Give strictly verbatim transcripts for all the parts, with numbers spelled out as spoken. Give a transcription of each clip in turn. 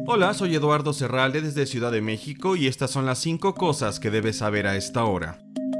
Hola, soy Eduardo Serralde desde Ciudad de México y estas son las cinco cosas que debes saber a esta hora.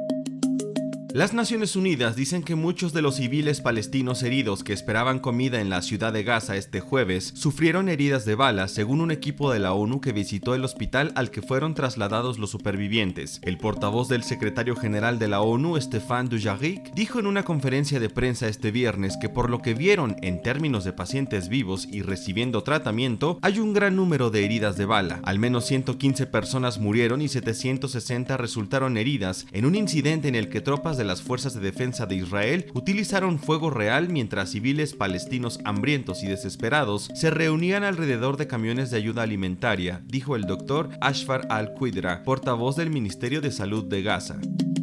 Las Naciones Unidas dicen que muchos de los civiles palestinos heridos que esperaban comida en la ciudad de Gaza este jueves sufrieron heridas de bala, según un equipo de la ONU que visitó el hospital al que fueron trasladados los supervivientes. El portavoz del secretario general de la ONU, Stéphane Dujarric, dijo en una conferencia de prensa este viernes que por lo que vieron en términos de pacientes vivos y recibiendo tratamiento, hay un gran número de heridas de bala. Al menos ciento quince personas murieron y setecientas sesenta resultaron heridas en un incidente en el que tropas de las fuerzas de defensa de Israel utilizaron fuego real mientras civiles palestinos hambrientos y desesperados se reunían alrededor de camiones de ayuda alimentaria, dijo el doctor Ashfar al-Qudra, portavoz del Ministerio de Salud de Gaza.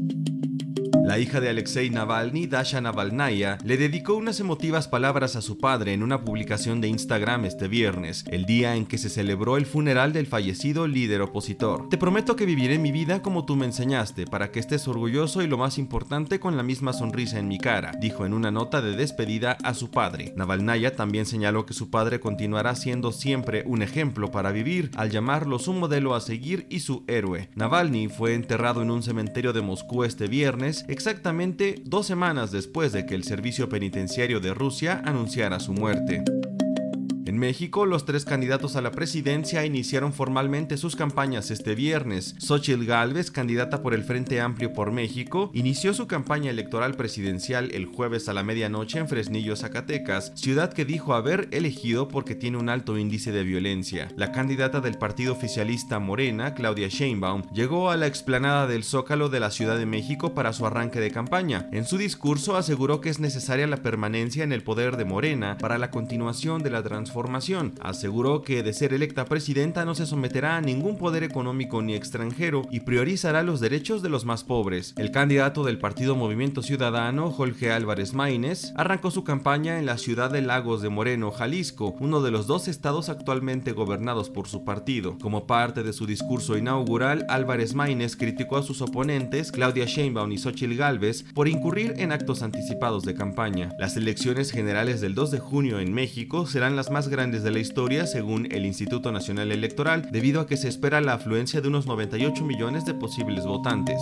La hija de Alexei Navalny, Dasha Navalnaya, le dedicó unas emotivas palabras a su padre en una publicación de Instagram este viernes, el día en que se celebró el funeral del fallecido líder opositor. Te prometo que viviré mi vida como tú me enseñaste, para que estés orgulloso y lo más importante, con la misma sonrisa en mi cara, dijo en una nota de despedida a su padre. Navalnaya también señaló que su padre continuará siendo siempre un ejemplo para vivir, al llamarlo su modelo a seguir y su héroe. Navalny fue enterrado en un cementerio de Moscú este viernes, exactamente dos semanas después de que el servicio penitenciario de Rusia anunciara su muerte. En México, los tres candidatos a la presidencia iniciaron formalmente sus campañas este viernes. Xóchitl Gálvez, candidata por el Frente Amplio por México, inició su campaña electoral presidencial el jueves a la medianoche en Fresnillo, Zacatecas, ciudad que dijo haber elegido porque tiene un alto índice de violencia. La candidata del partido oficialista Morena, Claudia Sheinbaum, llegó a la explanada del Zócalo de la Ciudad de México para su arranque de campaña. En su discurso aseguró que es necesaria la permanencia en el poder de Morena para la continuación de la transformación. Aseguró que de ser electa presidenta no se someterá a ningún poder económico ni extranjero y priorizará los derechos de los más pobres. El candidato del partido Movimiento Ciudadano, Jorge Álvarez Maínez, arrancó su campaña en la ciudad de Lagos de Moreno, Jalisco, uno de los dos estados actualmente gobernados por su partido. Como parte de su discurso inaugural, Álvarez Maínez criticó a sus oponentes, Claudia Sheinbaum y Xóchitl Gálvez, por incurrir en actos anticipados de campaña. Las elecciones generales del dos de junio en México serán las más grandes de la historia, según el Instituto Nacional Electoral, debido a que se espera la afluencia de unos noventa y ocho millones de posibles votantes.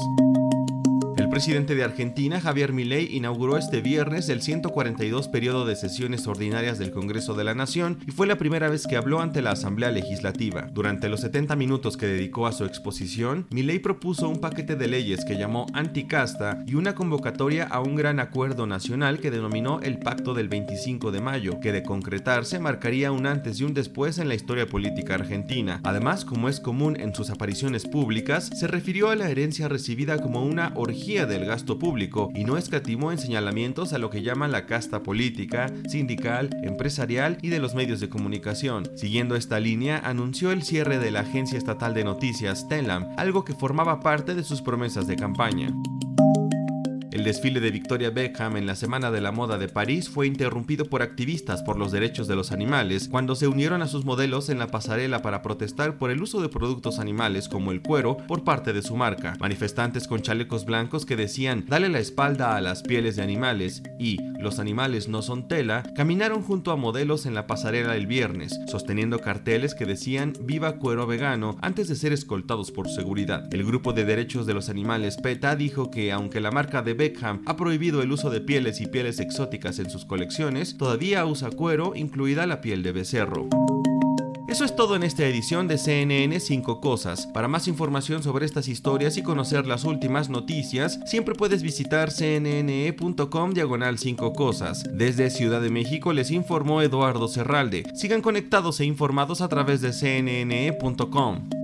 El presidente de Argentina, Javier Milei, inauguró este viernes el ciento cuarenta y dos periodo de sesiones ordinarias del Congreso de la Nación y fue la primera vez que habló ante la Asamblea Legislativa. Durante los setenta minutos que dedicó a su exposición, Milei propuso un paquete de leyes que llamó anticasta y una convocatoria a un gran acuerdo nacional que denominó el Pacto del veinticinco de mayo, que de concretarse marcaría un antes y un después en la historia política argentina. Además, como es común en sus apariciones públicas, se refirió a la herencia recibida como una orgía del gasto público y no escatimó en señalamientos a lo que llama la casta política, sindical, empresarial y de los medios de comunicación. Siguiendo esta línea, anunció el cierre de la agencia estatal de noticias Telam, algo que formaba parte de sus promesas de campaña. El desfile de Victoria Beckham en la Semana de la Moda de París fue interrumpido por activistas por los derechos de los animales cuando se unieron a sus modelos en la pasarela para protestar por el uso de productos animales como el cuero por parte de su marca. Manifestantes con chalecos blancos que decían "dale la espalda a las pieles de animales" y "los animales no son tela" caminaron junto a modelos en la pasarela el viernes, sosteniendo carteles que decían "viva cuero vegano" antes de ser escoltados por seguridad. El grupo de derechos de los animales PETA dijo que aunque la marca de Beckham ha prohibido el uso de pieles y pieles exóticas en sus colecciones, todavía usa cuero, incluida la piel de becerro. Eso es todo en esta edición de C N N cinco Cosas. Para más información sobre estas historias y conocer las últimas noticias, siempre puedes visitar cnne.com diagonal cinco cosas. Desde Ciudad de México les informó Eduardo Serralde. Sigan conectados e informados a través de c n n e punto com.